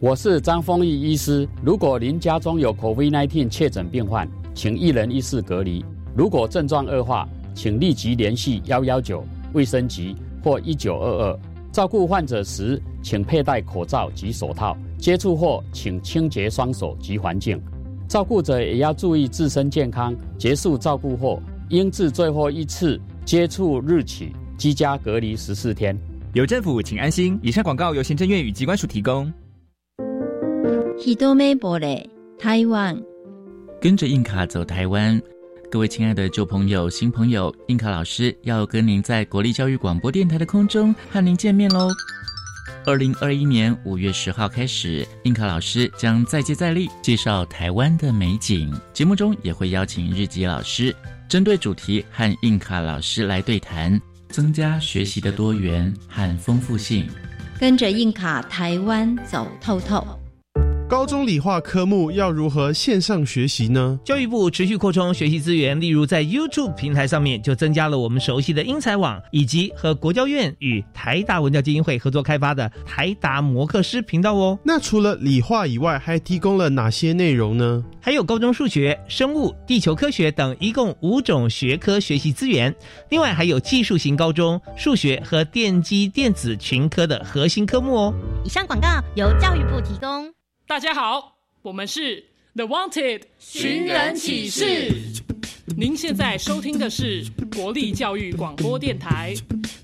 我是张丰毅医师。如果您家中有 COVID-19 确诊病患，请1人1室隔离。如果症状恶化，请立即联系119卫生局或1922。照顾患者时，请佩戴口罩及手套，接触后请清洁双手及环境。照顾者也要注意自身健康，结束照顾后，应自最后一次接触日起居家隔离14天。 有政府，请安心。以上广告由行政院与疾管署提供。 一目惚れ台湾， 跟着印卡走台湾。各位亲爱的旧朋友、新朋友，印卡老师要跟您在国立教育广播电台的空中和您见面咯。2021年5月10号开始，印卡老师将再接再厉介绍台湾的美景，节目中也会邀请日籍老师针对主题和印卡老师来对谈，增加学习的多元和丰富性。 跟着印卡台湾走透透。 高中理化科目要如何线上学习呢？ 教育部持续扩充学习资源，例如在 YouTube 平台上面就增加了我们熟悉的英才网，以及和国教院与台达文教基金会合作开发的台达摩课师频道哦。 那除了理化以外，还提供了哪些内容呢？ 还有高中数学、生物、地球科学等一共5种学科学习资源，另外还有技术型高中数学和电机电子群科的核心科目哦。 以上广告由教育部提供。 大家好，我们是 The Wanted 寻人启事。您现在收听的是国立教育广播电台。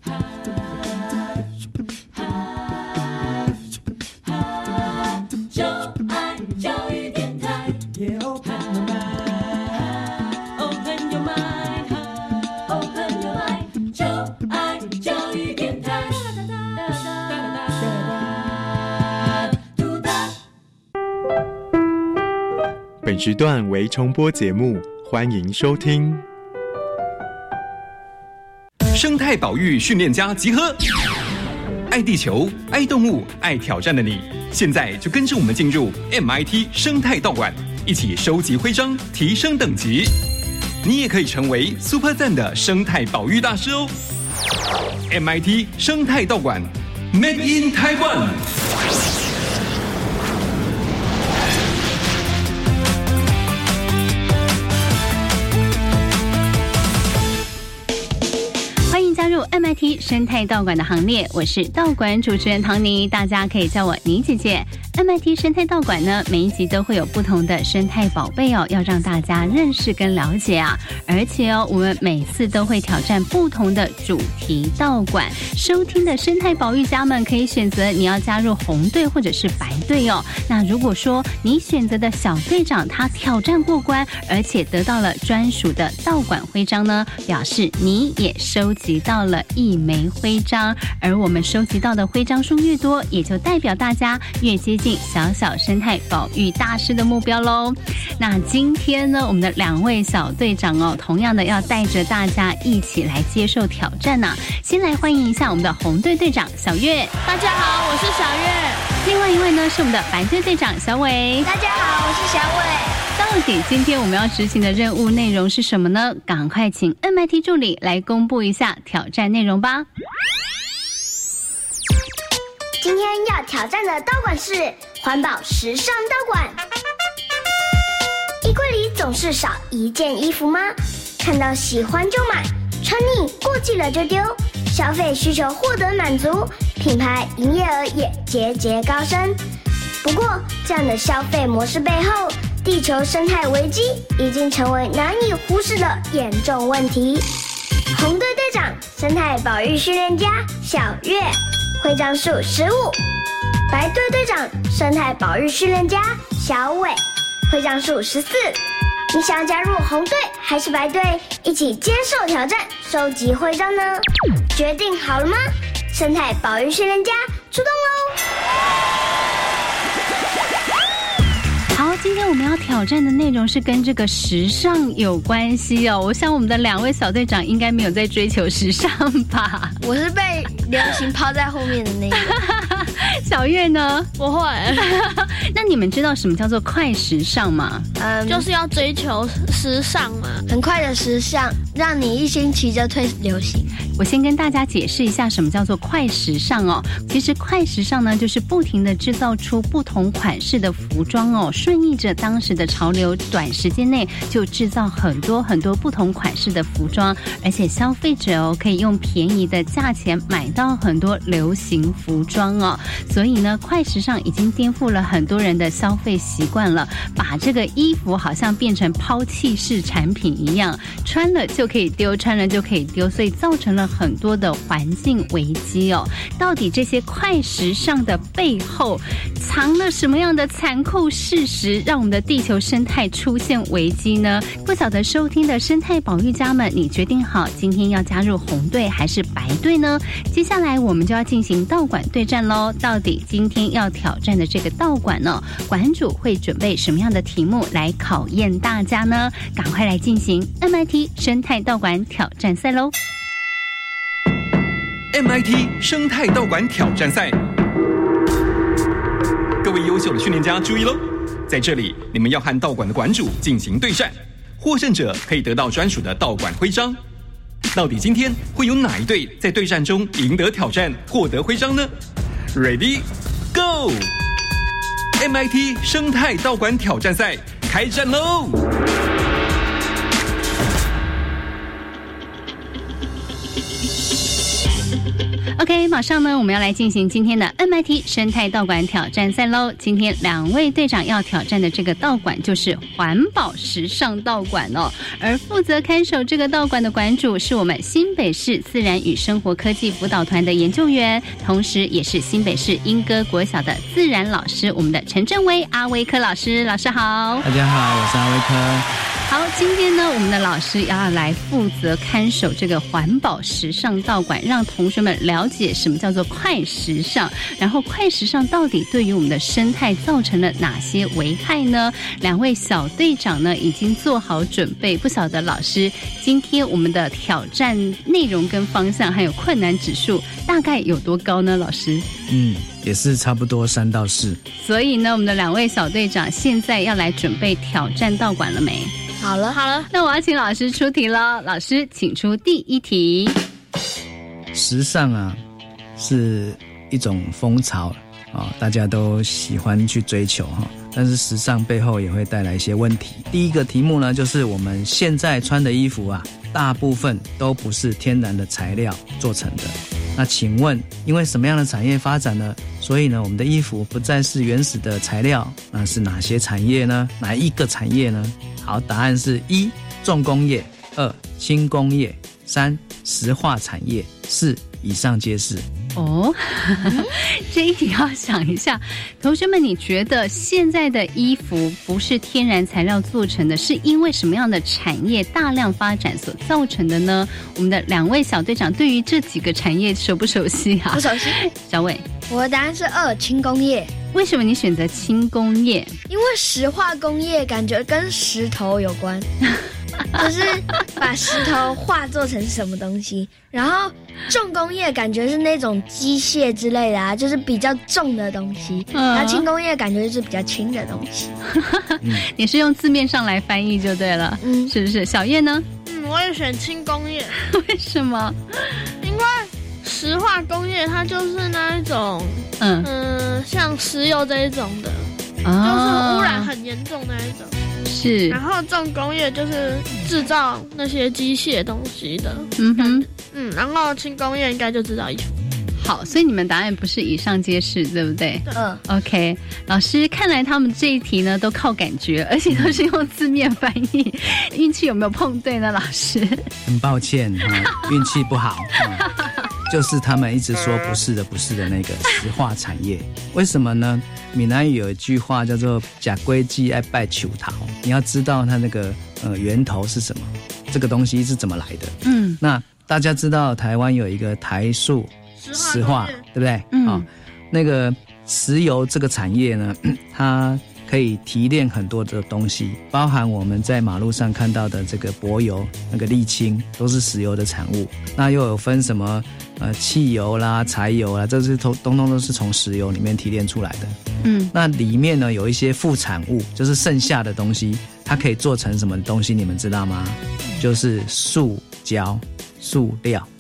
就爱教育电台。Open your mind, open your mind, open your mind。就爱教育电台。 本时段为重播节目，欢迎收听。 生态保育训练家集合，爱地球、爱动物、爱挑战的你，现在就跟着我们进入 MIT 生态道馆，一起收集徽章，提升等级。你也可以成为 Super 赞的生态保育大师哦。MIT 生态道馆 ，Made in Taiwan。 MIT 生态道馆的行列，我是道馆主持人唐妮，大家可以叫我妮姐姐。MIT 生态道馆呢，每一集都会有不同的生态宝贝哦，要让大家认识跟了解啊。而且哦，我们每次都会挑战不同的主题道馆。收听的生态保育家们可以选择你要加入红队或者是白队哦。那如果说你选择的小队长他挑战过关，而且得到了专属的道馆徽章呢，表示你也收集到了1枚徽章。而我们收集到的徽章数越多，也就代表大家越接近小小生态保育大师的目标咯。那今天呢，我们的2位小队长哦，同样的要带着大家一起来接受挑战啊。先来欢迎一下我们的红队队长小月。 大家好，我是小月。 另外一位呢是我们的白队队长小伟。 大家好，我是小伟。 到底今天我们要执行的任务内容是什么呢？赶快请 MIT 助理来公布一下挑战内容吧。 今天要挑战的道馆是环保时尚道馆。衣柜里总是少一件衣服吗？看到喜欢就买，穿腻过季了就丢，消费需求获得满足，品牌营业额也节节高升。不过这样的消费模式背后，地球生态危机已经成为难以忽视的严重问题。红队队长生态保育训练家小月，徽章数15。白队队长生态保育训练家小伟，徽章数14。你想要加入红队还是白队，一起接受挑战，收集徽章呢？决定好了吗？生态保育训练家出动喽！ 好，今天我们要挑战的内容是跟这个时尚有关系哦。我想我们的2位小队长应该没有在追求时尚吧？ 我是被流行抛在后面的那个。 小月呢？ 不会。 那你们知道什么叫做快时尚吗？ 就是要追求时尚嘛， 很快的时尚，让你一星期就退流行。 我先跟大家解释一下什么叫做快时尚哦。其实快时尚呢，就是不停的制造出不同款式的服装哦，顺应着当时的潮流，短时间内就制造很多很多不同款式的服装，而且消费者哦可以用便宜的价钱买到很多流行服装哦。所以呢，快时尚已经颠覆了很多人的消费习惯了，把这个衣服好像变成抛弃式产品一样，穿了就可以丢，穿了就可以丢，所以造成了很多的环境危机哦。到底这些快时尚的背后藏了什么样的残酷事实，让我们的地球生态出现危机呢？不晓得收听的生态保育家们，你决定好今天要加入红队还是白队呢？接下来我们就要进行道馆对战咯。到底今天要挑战的这个道馆呢，馆主会准备什么样的题目来考验大家呢？赶快来进行 MIT 生态道馆挑战赛咯。 MIT 生态道馆挑战赛，各位优秀的训练家注意咯，在这里你们要和道馆的馆主进行对战，获胜者可以得到专属的道馆徽章。到底今天会有哪一队在对战中赢得挑战，获得徽章呢？ Ready Go！ MIT 生态道馆挑战赛开战喽！ OK， 马上呢，我们要来进行今天的 MIT 生态道馆挑战赛喽。今天2位队长要挑战的这个道馆就是环保时尚道馆哦，而负责看守这个道馆的馆主是我们新北市自然与生活科技辅导团的研究员，同时也是新北市莺歌国小的自然老师，我们的陈正威阿威科老师。老师好。 大家好，我是阿威科。 好，今天呢，我们的老师要来负责看守这个环保时尚道馆，让同学们了解什么叫做快时尚，然后快时尚到底对于我们的生态造成了哪些危害呢？2位小队长呢已经做好准备，不晓得老师今天我们的挑战内容跟方向还有困难指数大概有多高呢？老师？ 也是差不多3到4。 所以呢，我们的2位小队长现在要来准备挑战道馆了没？ 好了， 那我要请老师出题了。老师，请出第1题。 时尚啊，是一种风潮大家都喜欢去追求但是时尚背后也会带来一些问题。第一个题目呢，就是我们现在穿的衣服啊，大部分都不是天然的材料做成的。那请问，因为什么样的产业发展呢？所以呢，我们的衣服不再是原始的材料，那是哪些产业呢？哪一个产业呢？好，答案是1重工业，2轻工业，3石化产业，4以上皆是。 这一题要想一下，同学们，你觉得现在的衣服不是天然材料做成的，是因为什么样的产业大量发展所造成的呢？我们的2位小队长对于这几个产业熟不熟悉啊？ 不熟悉。 小伟， 我的答案是2轻工业。 为什么你选择轻工业？ 因为石化工业感觉跟石头有关。就是把石头化做成什么东西，然后重工业感觉是那种机械之类的就是比较重的东西，然后轻工业感觉就是比较轻的东西。 你是用字面上来翻译就对了，是不是？小叶呢？ 我也选轻工业。 为什么？ 因为石化工业它就是那一种，像石油这一种的，就是污染很严重那一种。 是， 然后重工业就是制造那些机械东西的，然后轻工业应该就制造衣服。 好，所以你们答案不是以上皆是，对不对？OK， 老师，看来他们这一题呢都靠感觉，而且都是用字面翻译，运气有没有碰对呢？老师， 很抱歉运气不好就是他们一直说不是的那个石化产业。为什么呢？闽南语有一句话叫做假龟记爱拜球桃，你要知道它那个源头是什么，这个东西是怎么来的。那大家知道台湾有一个台塑石化，对不对？那个石油这个产业呢，它可以提炼很多的东西，包含我们在马路上看到的这个柏油、那个沥青，都是石油的产物。那又有分什么汽油啦、柴油啦，这是通通都是从石油里面提炼出来的。那里面呢有一些副产物，就是剩下的东西，它可以做成什么东西？你们知道吗？就是塑胶、塑料。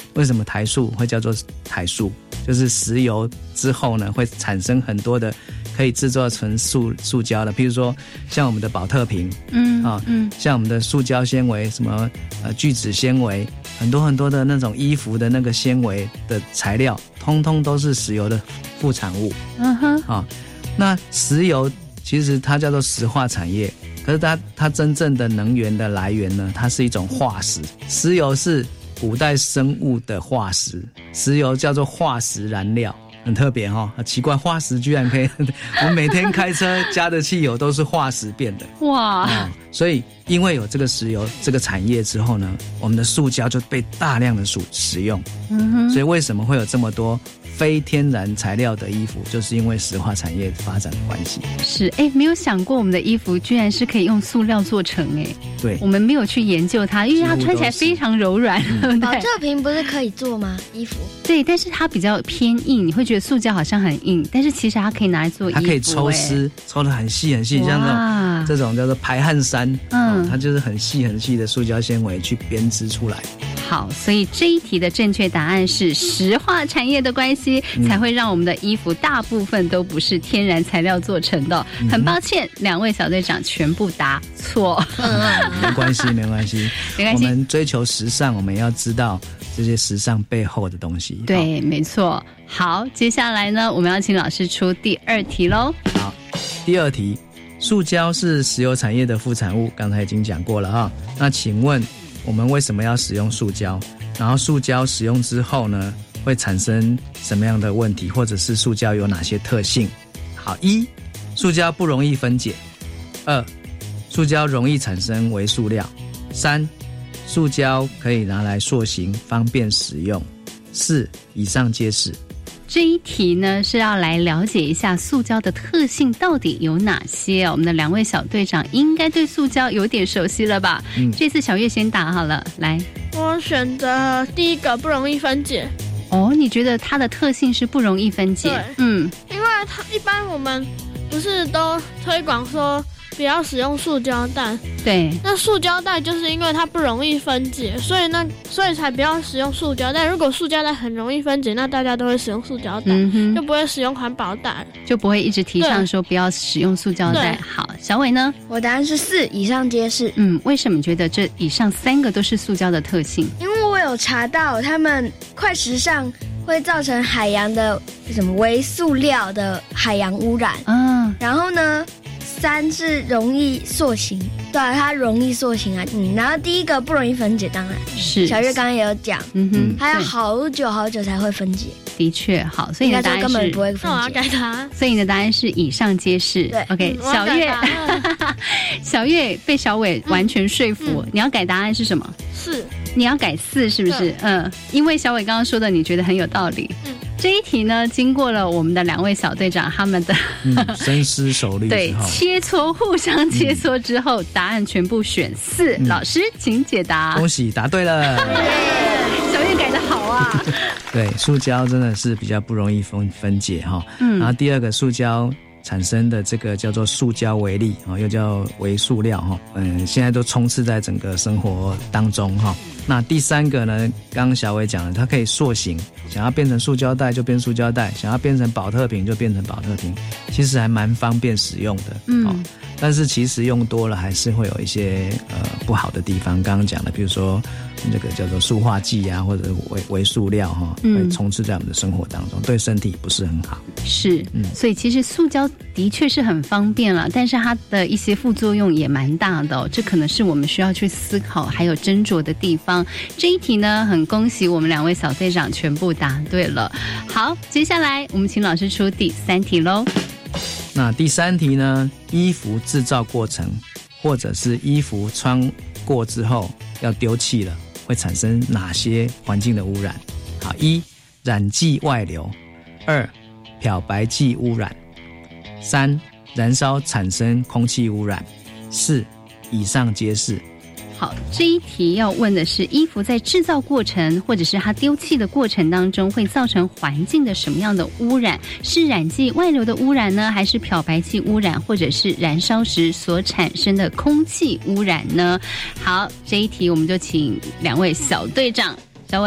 为什么台塑会叫做台塑？就是石油之后呢，会产生很多的可以制作成塑胶的，譬如说像我们的保特瓶，像我们的塑胶纤维，什么聚酯纤维，很多很多的那种衣服的那个纤维的材料，通通都是石油的副产物。那石油其实它叫做石化产业，可是它真正的能源的来源呢，它是一种化石。石油是古代生物的化石，石油叫做化石燃料，很特别奇怪，化石居然可以我们每天开车加的汽油都是化石变的。哇！所以因为有这个石油这个产业之后呢，我们的塑胶就被大量的使用。所以为什么会有这么多非天然材料的衣服，就是因为石化产业发展的关系。 是，没有想过我们的衣服居然是可以用塑料做成。 对， 我们没有去研究它，因为它穿起来非常柔软。 保特瓶不是可以做吗？衣服？ 对，但是它比较偏硬，你会觉得塑胶好像很硬，但是其实它可以拿来做衣服。 它可以抽丝，抽得很细很细，像这种叫做排汗衫，它就是很细很细的塑胶纤维去编织出来。 好，所以这一题的正确答案是石化产业的关系，才会让我们的衣服大部分都不是天然材料做成的。很抱歉，两位小队长全部答错。 没关系，没关系， 没关系。 我们追求时尚，我们要知道这些时尚背后的东西。 对，没错。好，接下来呢，我们要请老师出第二题咯。 好，第二题，塑胶是石油产业的副产物，刚才已经讲过了那请问我们为什么要使用塑胶？然后塑胶使用之后呢，会产生什么样的问题，或者是塑胶有哪些特性？好，一，塑胶不容易分解；二，塑胶容易产生微塑料；三，塑胶可以拿来塑形，方便使用；四，以上皆是。 这一题呢是要来了解一下塑胶的特性到底有哪些。我们的两位小队长应该对塑胶有点熟悉了吧？这次小月先答好了，来。 我选择第一个，不容易分解。 你觉得它的特性是不容易分解？ 对，因为它一般我们不是都推广说不要使用塑胶袋。 对， 那塑胶袋就是因为它不容易分解，所以才不要使用塑胶袋。如果塑胶袋很容易分解，那大家都会使用塑胶袋，就不会使用环保袋， 就不会一直提倡说不要使用塑胶袋。好，小伟呢？ 我答案是四，以上皆是。 为什么觉得这以上三个都是塑胶的特性？ 因为我有查到，他们快时尚会造成海洋的什么微塑料的海洋污染。然后呢？三是容易塑形，对啊，它容易塑形啊。然后第一个不容易分解，当然是小月刚刚也有讲，它要好久好久才会分解。 的确，好，所以你的答案是根本不会分解。 那我要改答案。 所以你的答案是以上皆是。 对 ，OK，小月，小月被小伟完全说服。你要改答案是什么？ 四。 你要改四是不是？因为小伟刚刚说的，你觉得很有道理。这一题呢，经过了我们的两位小队长他们的深思熟虑， 对，切磋互相切磋之后，答案全部选四。老师，请解答。 恭喜答对了， 小月改得好啊。 对，塑胶真的是比较不容易分解然后第二个，塑胶产生的这个叫做塑胶微粒又叫微塑料现在都充斥在整个生活当中那第三个呢，刚刚小伟讲了，它可以塑形，想要变成塑胶袋就变塑胶袋，想要变成保特瓶就变成保特瓶，其实还蛮方便使用的但是其实用多了还是会有一些不好的地方，刚刚讲的比如说那个叫做塑化剂啊，或者微塑料会充斥在我们的生活当中，对身体不是很好。 是，所以其实塑胶的确是很方便了，但是它的一些副作用也蛮大的这可能是我们需要去思考还有斟酌的地方。这一题呢，很恭喜我们两位小队长全部答对了。好，接下来我们请老师出第三题咯。 那第三题呢，衣服制造过程或者是衣服穿过之后要丢弃了，会产生哪些环境的污染？好，一，染剂外流；二，漂白剂污染；三，燃烧产生空气污染；四，以上皆是。 好，这一题要问的是衣服在制造过程或者是它丢弃的过程当中会造成环境的什么样的污染？是染剂外流的污染呢，还是漂白剂污染，或者是燃烧时所产生的空气污染呢？好，这一题我们就请两位小队长，小伟。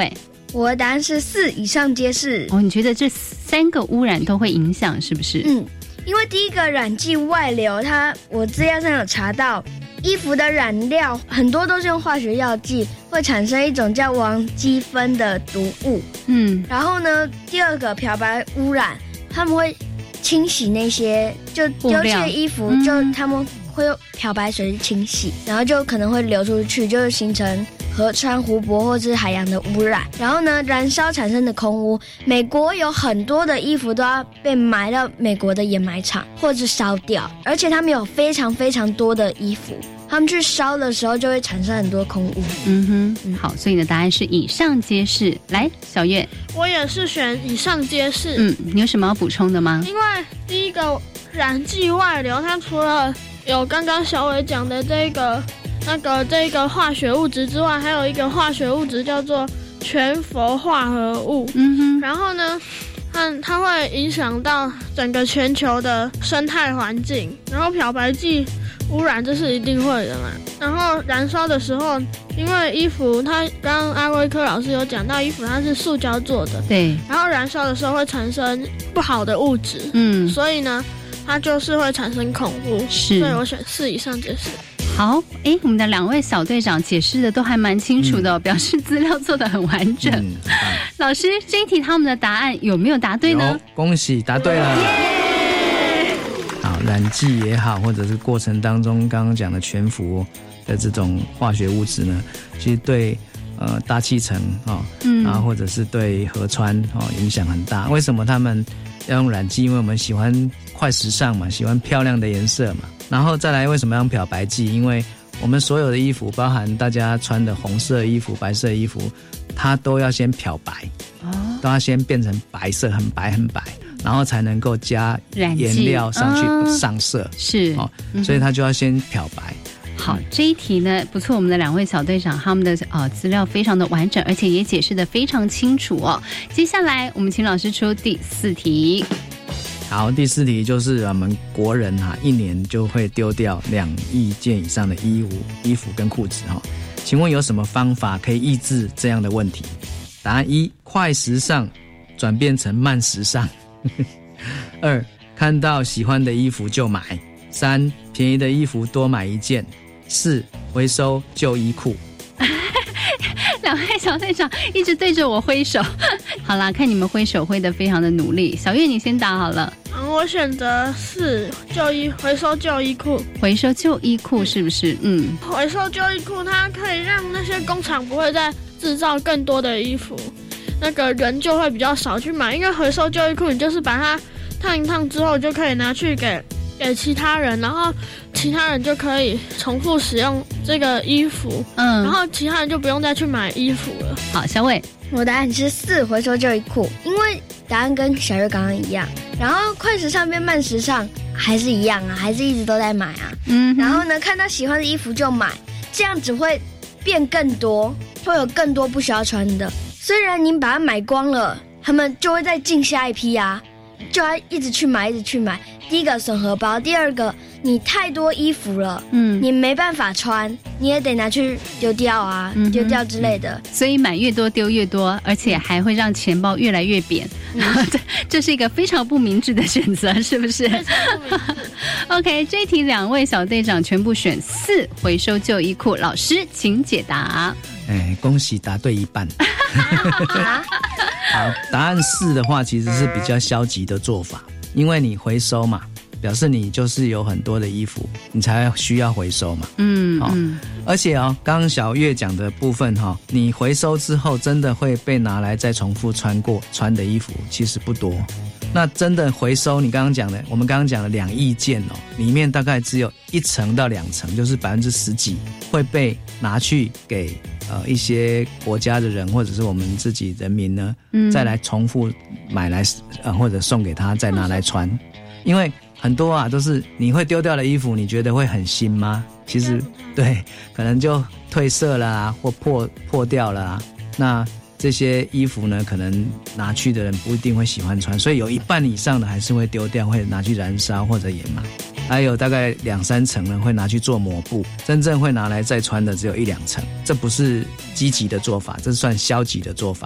我的答案是4，以上皆是。 哦，你觉得这3个污染都会影响是不是？ 因为第一个染剂外流，我资料上有查到，衣服的染料很多都是用化学药剂，会产生一种叫王基酚的毒物。然后呢，第二个漂白污染，他们会清洗那些就丢弃的衣服，就他们会用漂白水去清洗，然后就可能会流出去，就形成河川、湖泊或是海洋的污染。然后呢，燃烧产生的空污，美国有很多的衣服都要被埋到美国的掩埋场或是烧掉，而且他们有非常非常多的衣服，他们去烧的时候就会产生很多空污。 好，所以你的答案是以上皆是。来，小月， 我也是选以上皆是。 你有什么要补充的吗？ 因为第一个染剂外流，它除了有刚刚小伟讲的这个化学物质之外，还有一个化学物质叫做全氟化合物。然后呢，它会影响到整个全球的生态环境。然后漂白剂污染这是一定会的嘛。然后燃烧的时候，因为衣服它刚刚阿威科老师有讲到，衣服它是塑胶做的， 对。 然后燃烧的时候会产生不好的物质，所以呢，它就是会产生空污。所以我选4，以上皆是。 好，我们的2位小队长解释的都还蛮清楚的，表示资料做得很完整。老师，这一题他们的答案有没有答对呢？ 恭喜答对了。好，染剂也好，或者是过程当中刚刚讲的全氟的这种化学物质呢，其实对大气层然后或者是对河川影响很大。为什么他们要用染剂？因为我们喜欢快时尚嘛，喜欢漂亮的颜色嘛。然后再来，为什么要用漂白剂？因为我们所有的衣服，包含大家穿的红色衣服、白色衣服，它都要先漂白，都要先变成白色，很白很白，然后才能够加颜料上去上色。 是， 所以它就要先漂白。 好，这一题呢不错，我们的2位小队长他们的资料非常的完整，而且也解释得非常清楚哦。接下来我们请老师出第4题。 好，第4题就是我们国人一年就会丢掉2亿件以上的衣服跟裤子请问有什么方法可以抑制这样的问题？答案1，快时尚转变成慢时尚。2，看到喜欢的衣服就买。3，便宜的衣服多买1件。4，回收旧衣裤。 2位小队长一直对着我挥手。好啦，看你们挥手挥得非常的努力。小月你先答好了。 我选择4，回收旧衣裤。 回收旧衣裤是不是？ 回收旧衣裤它可以让那些工厂不会再制造更多的衣服，那个人就会比较少去买。因为回收旧衣裤，你就是把它烫一烫之后就可以拿去给其他人，然后其他人就可以重复使用这个衣服，然后其他人就不用再去买衣服了。 好，小伟， 我答案是4，回收旧衣裤，因为答案跟小月刚刚一样。然后快时尚变慢时尚还是一样啊，还是一直都在买啊。然后呢，看到喜欢的衣服就买，这样只会变更多，会有更多不需要穿的。虽然你把它买光了，他们就会再进下一批啊，就要一直去买，一直去买。第一个损荷包，第二个你太多衣服了，你没办法穿，你也得拿去丢掉啊，丢掉之类的。 所以买越多丢越多，而且还会让钱包越来越扁。这是一个非常不明智的选择，是不是？OK， 这一题2位小队长全部选4，回收旧衣裤。老师，请解答。 恭喜答对一半。好，答案4的话，其实是比较消极的做法，因为你回收嘛，表示你就是有很多的衣服，你才需要回收嘛。而且刚刚小月讲的部分你回收之后真的会被拿来再重复穿的衣服其实不多。那真的回收，我们刚刚讲的2亿件里面大概只有1成到2成，就是10%几会被拿去给一些国家的人或者是我们自己人民呢，再来重复买来或者送给他再拿来穿。因为很多都是你会丢掉的衣服，你觉得会很新吗？其实对，可能就褪色了或破掉了那这些衣服呢，可能拿去的人不一定会喜欢穿，所以有1半以上的还是会丢掉，会拿去燃烧或者掩埋。还有大概2-3成呢会拿去做抹布，真正会拿来再穿的只有1-2成。这不是积极的做法，这算消极的做法。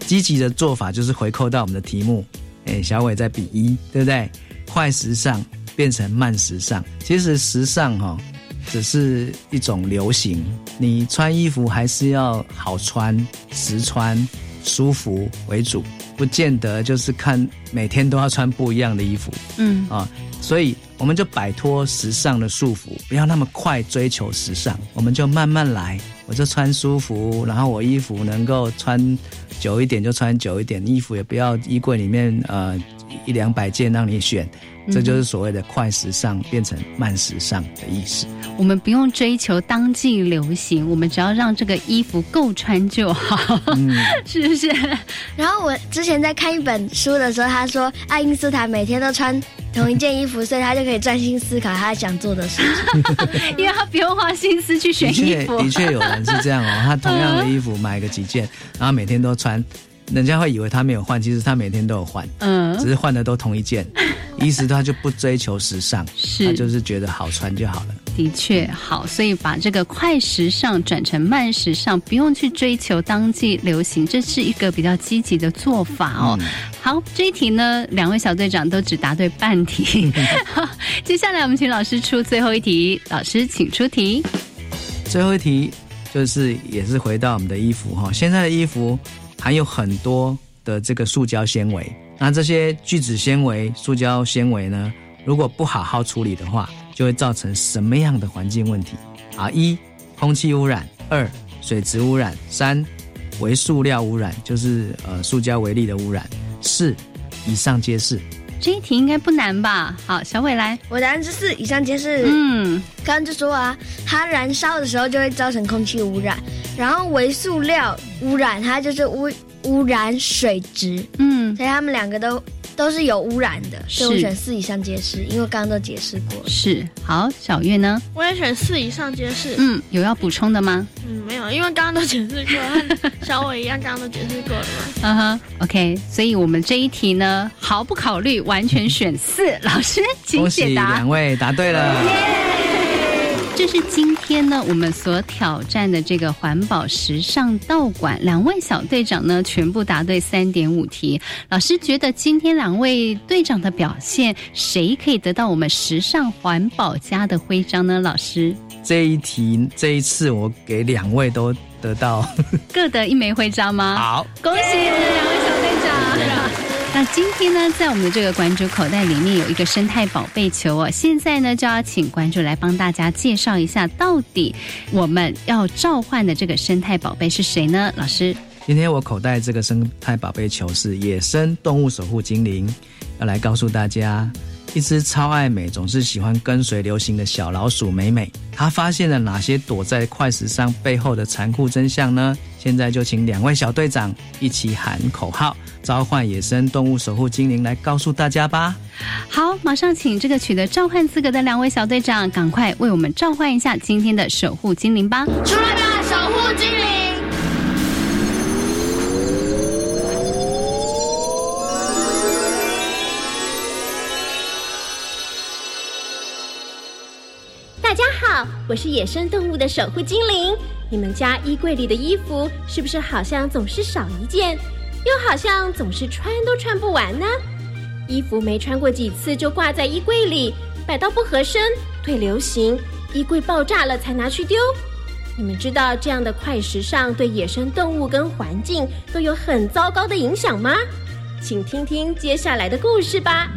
积极的做法就是回扣到我们的题目，小伟在比1，对不对？快时尚变成慢时尚，其实时尚只是一种流行，你穿衣服还是要好穿、实穿、舒服为主，不见得就是看每天都要穿不一样的衣服。所以我们就摆脱时尚的束缚，不要那么快追求时尚，我们就慢慢来。我就穿舒服，然后我衣服能够穿久一点就穿久一点，衣服也不要衣柜里面100-200件让你选，这就是所谓的快时尚变成慢时尚的意思。 我们不用追求当季流行，我们只要让这个衣服够穿就好，是不是？ 然后我之前在看一本书的时候，他说爱因斯坦每天都穿同一件衣服，所以他就可以专心思考他想做的事情， 因为他不用花心思去选衣服。 的确有人是这样他同样的衣服买个几件，然后每天都穿，人家会以为他没有换，其实他每天都有换，只是换的都同一件，意思他就不追求时尚，他就是觉得好穿就好了。 的确好，所以把这个快时尚转成慢时尚，不用去追求当季流行，这是一个比较积极的做法好，这一题呢，2位小队长都只答对半题。好，接下来我们请老师出最后一题，老师请出题。 最后一题就是也是回到我们的衣服现在的衣服含有很多的这个塑胶纤维，那这些聚酯纤维、塑胶纤维呢，如果不好好处理的话，就会造成什么样的环境问题？1. 空气污染， 2. 水质污染， 3. 微塑料污染，就是塑胶微粒的污染， 4. 以上皆是。 这一题应该不难吧？好，小伟来。 我答案是4，以上皆是。刚刚就说它燃烧的时候就会造成空气污染，然后微塑料污染它就是污染水质，所以他们2个都是有污染的，所以我选4以上皆是，因为刚刚都解释过了。 是，好，小月呢？ 我也选4以上皆是。 有要补充的吗？ 没有，因为刚刚都解释过了，和小伟一样，刚刚都解释过了嘛。 OK， 所以我们这一题呢，毫不考虑，完全选4。老师，请解答。 恭喜2位答对了。 这是今天呢我们所挑战的这个环保时尚道馆，2位小队长呢全部答对3.5题。老师觉得今天2位队长的表现，谁可以得到我们时尚环保家的徽章呢？老师， 这一次我给2位都得到各得1枚徽章吗？ 好， 恭喜我们2位小队长。那今天呢，在我们的这个馆主口袋里面有一个生态宝贝球现在呢就要请馆主来帮大家介绍一下，到底我们要召唤的这个生态宝贝是谁呢？老师， 今天我口袋这个生态宝贝球是野生动物守护精灵，要来告诉大家，一只超爱美、总是喜欢跟随流行的小老鼠美美，她发现了哪些躲在快时尚背后的残酷真相呢？现在就请2位小队长一起喊口号，召唤野生动物守护精灵来告诉大家吧。 好，马上请这个取得召唤资格的2位小队长赶快为我们召唤一下今天的守护精灵吧。 出来吧，守护精灵！ 大家好，我是野生动物的守护精灵。你们家衣柜里的衣服是不是好像总是少一件，又好像总是穿都穿不完呢？衣服没穿过几次就挂在衣柜里，摆到不合身，退流行，衣柜爆炸了才拿去丢。你们知道这样的快时尚对野生动物跟环境都有很糟糕的影响吗？请听听接下来的故事吧。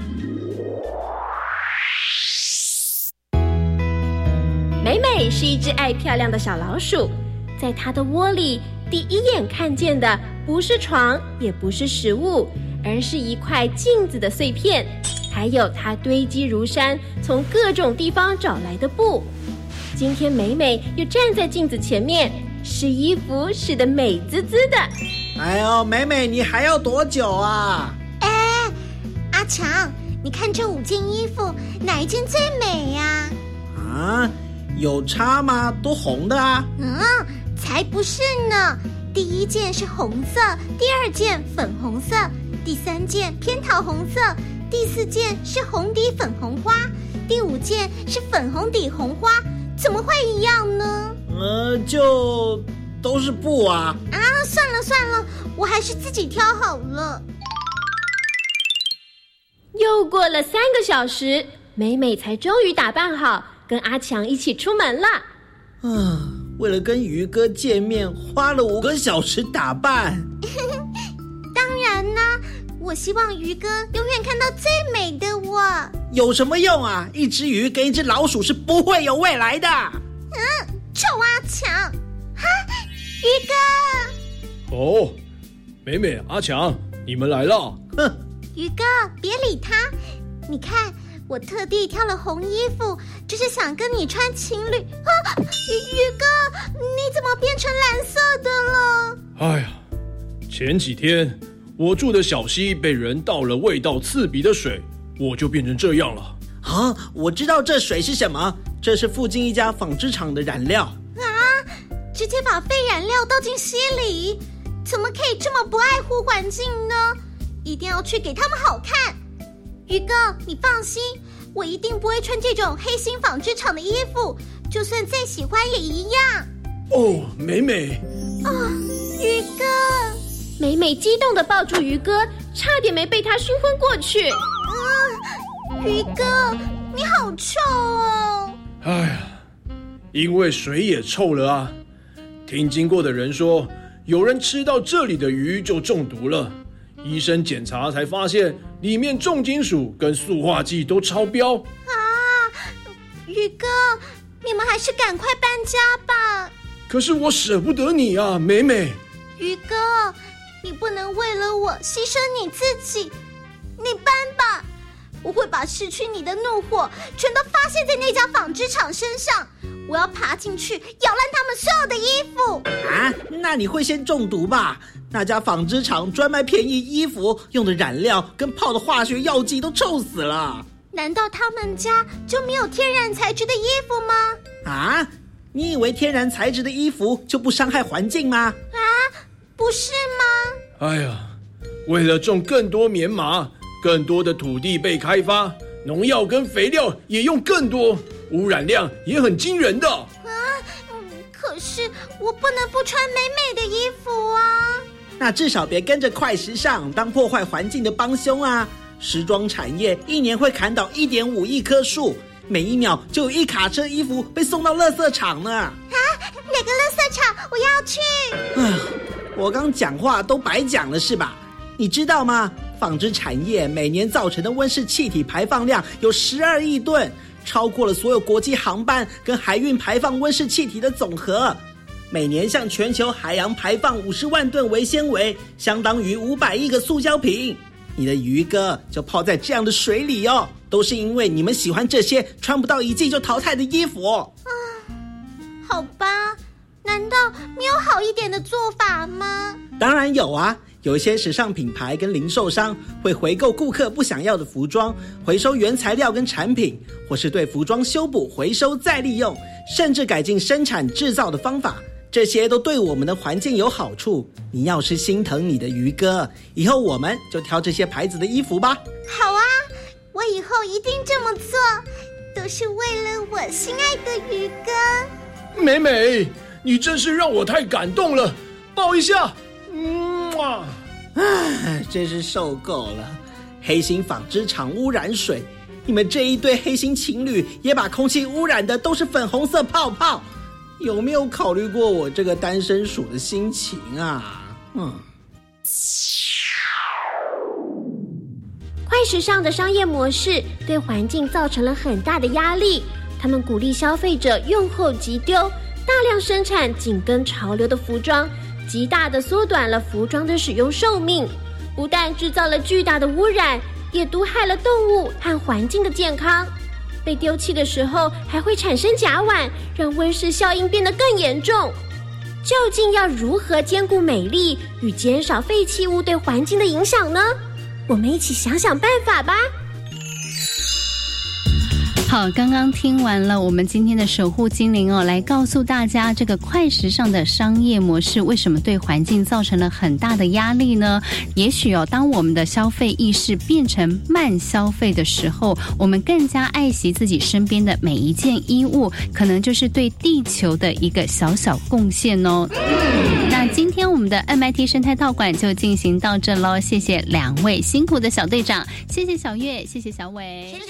美美是一只爱漂亮的小老鼠，在她的窝里，第一眼看见的不是床，也不是食物，而是一块镜子的碎片，还有她堆积如山从各种地方找来的布。今天美美又站在镜子前面，试衣服试得美滋滋的。 哎呦，美美，你还要多久啊？ 阿强，你看这5件衣服，哪一件最美呀？ 有差吗？都红的啊。 才不是呢。第1件是红色，第2件粉红色，第3件偏桃红色，第4件是红底粉红花，第5件是粉红底红花，怎么会一样呢？ 就都是布啊。 算了， 我还是自己挑好了。 又过了3个小时，美美才终于打扮好，跟阿强一起出门了。 为了跟鱼哥见面，花了5个小时打扮。 当然啦，我希望鱼哥永远看到最美的我。 有什么用啊？一只鱼跟一只老鼠是不会有未来的。 臭阿强！哈，鱼哥！ 哦，美美、阿强，你们来了。 哼， 鱼哥，别理他。你看，我特地挑了红衣服，就是想跟你穿情侣。鱼哥，你怎么变成蓝色的了？ 哎呀，前几天我住的小溪被人倒了味道刺鼻的水，我就变成这样了。 啊，我知道这水是什么，这是附近一家纺织厂的染料。 直接把废染料倒进溪里，怎么可以这么不爱护环境呢？一定要去给他们好看。鱼哥，你放心，我一定不会穿这种黑心纺织厂的衣服，就算再喜欢也一样。 哦，美美。 鱼哥。 美美激动地抱住鱼哥，差点没被他熏昏过去。 鱼哥，你好臭哦！ 哎呀，因为水也臭了啊。听经过的人说，有人吃到这里的鱼就中毒了，医生检查才发现里面重金属跟塑化剂都超标。 鱼哥，你们还是赶快搬家吧。 可是我舍不得你啊，美美。 鱼哥，你不能为了我牺牲你自己，你搬吧。我会把失去你的怒火全都发泄在那家纺织厂身上，我要爬进去咬烂他们所有的衣服。 那你会先中毒吧？那家纺织厂专卖便宜衣服，用的染料跟泡的化学药剂都臭死了。 难道他们家就没有天然材质的衣服吗？ 你以为天然材质的衣服就不伤害环境吗？ 不是吗？ 哎呀，为了种更多棉麻，更多的土地被开发，农药跟肥料也用更多，污染量也很惊人的。 可是我不能不穿美美的衣服啊。 那至少别跟着快时尚当破坏环境的帮凶啊！时装产业1年会砍倒1.5亿棵树，每1秒就有1卡车衣服被送到垃圾场呢。 哪个垃圾场？我要去。 我刚讲话都白讲了是吧？你知道吗？纺织产业每年造成的温室气体排放量有12亿吨，超过了所有国际航班跟海运排放温室气体的总和。每年向全球海洋排放50万吨微纤维，相当于500亿个塑胶瓶。你的鱼哥就泡在这样的水里哦，都是因为你们喜欢这些穿不到1季就淘汰的衣服。 好吧，难道没有好一点的做法吗？ 当然有啊，有一些时尚品牌跟零售商会回购顾客不想要的服装，回收原材料跟产品，或是对服装修补、回收再利用，甚至改进生产制造的方法，这些都对我们的环境有好处。你要是心疼你的鱼哥，以后我们就挑这些牌子的衣服吧。 好啊，我以后一定这么做，都是为了我心爱的鱼哥。 美美，你真是让我太感动了，抱一下。 真是受够了，黑心纺织厂污染水，你们这一对黑心情侣也把空气污染的都是粉红色泡泡，有没有考虑过我这个单身鼠的心情啊？ 快时尚的商业模式对环境造成了很大的压力，他们鼓励消费者用后即丢，大量生产紧跟潮流的服装，极大地缩短了服装的使用寿命，不但制造了巨大的污染，也毒害了动物和环境的健康。被丢弃的时候还会产生甲烷，让温室效应变得更严重。究竟要如何兼顾美丽与减少废弃物对环境的影响呢？我们一起想想办法吧。 好，刚刚听完了我们今天的守护精灵来告诉大家这个快时尚的商业模式为什么对环境造成了很大的压力呢？也许当我们的消费意识变成慢消费的时候，我们更加爱惜自己身边的每一件衣物，可能就是对地球的一个小小贡献哦。那今天我们们的 MIT 生态道馆就进行到这咯，谢谢2位辛苦的小队长，谢谢小月，谢谢小伟。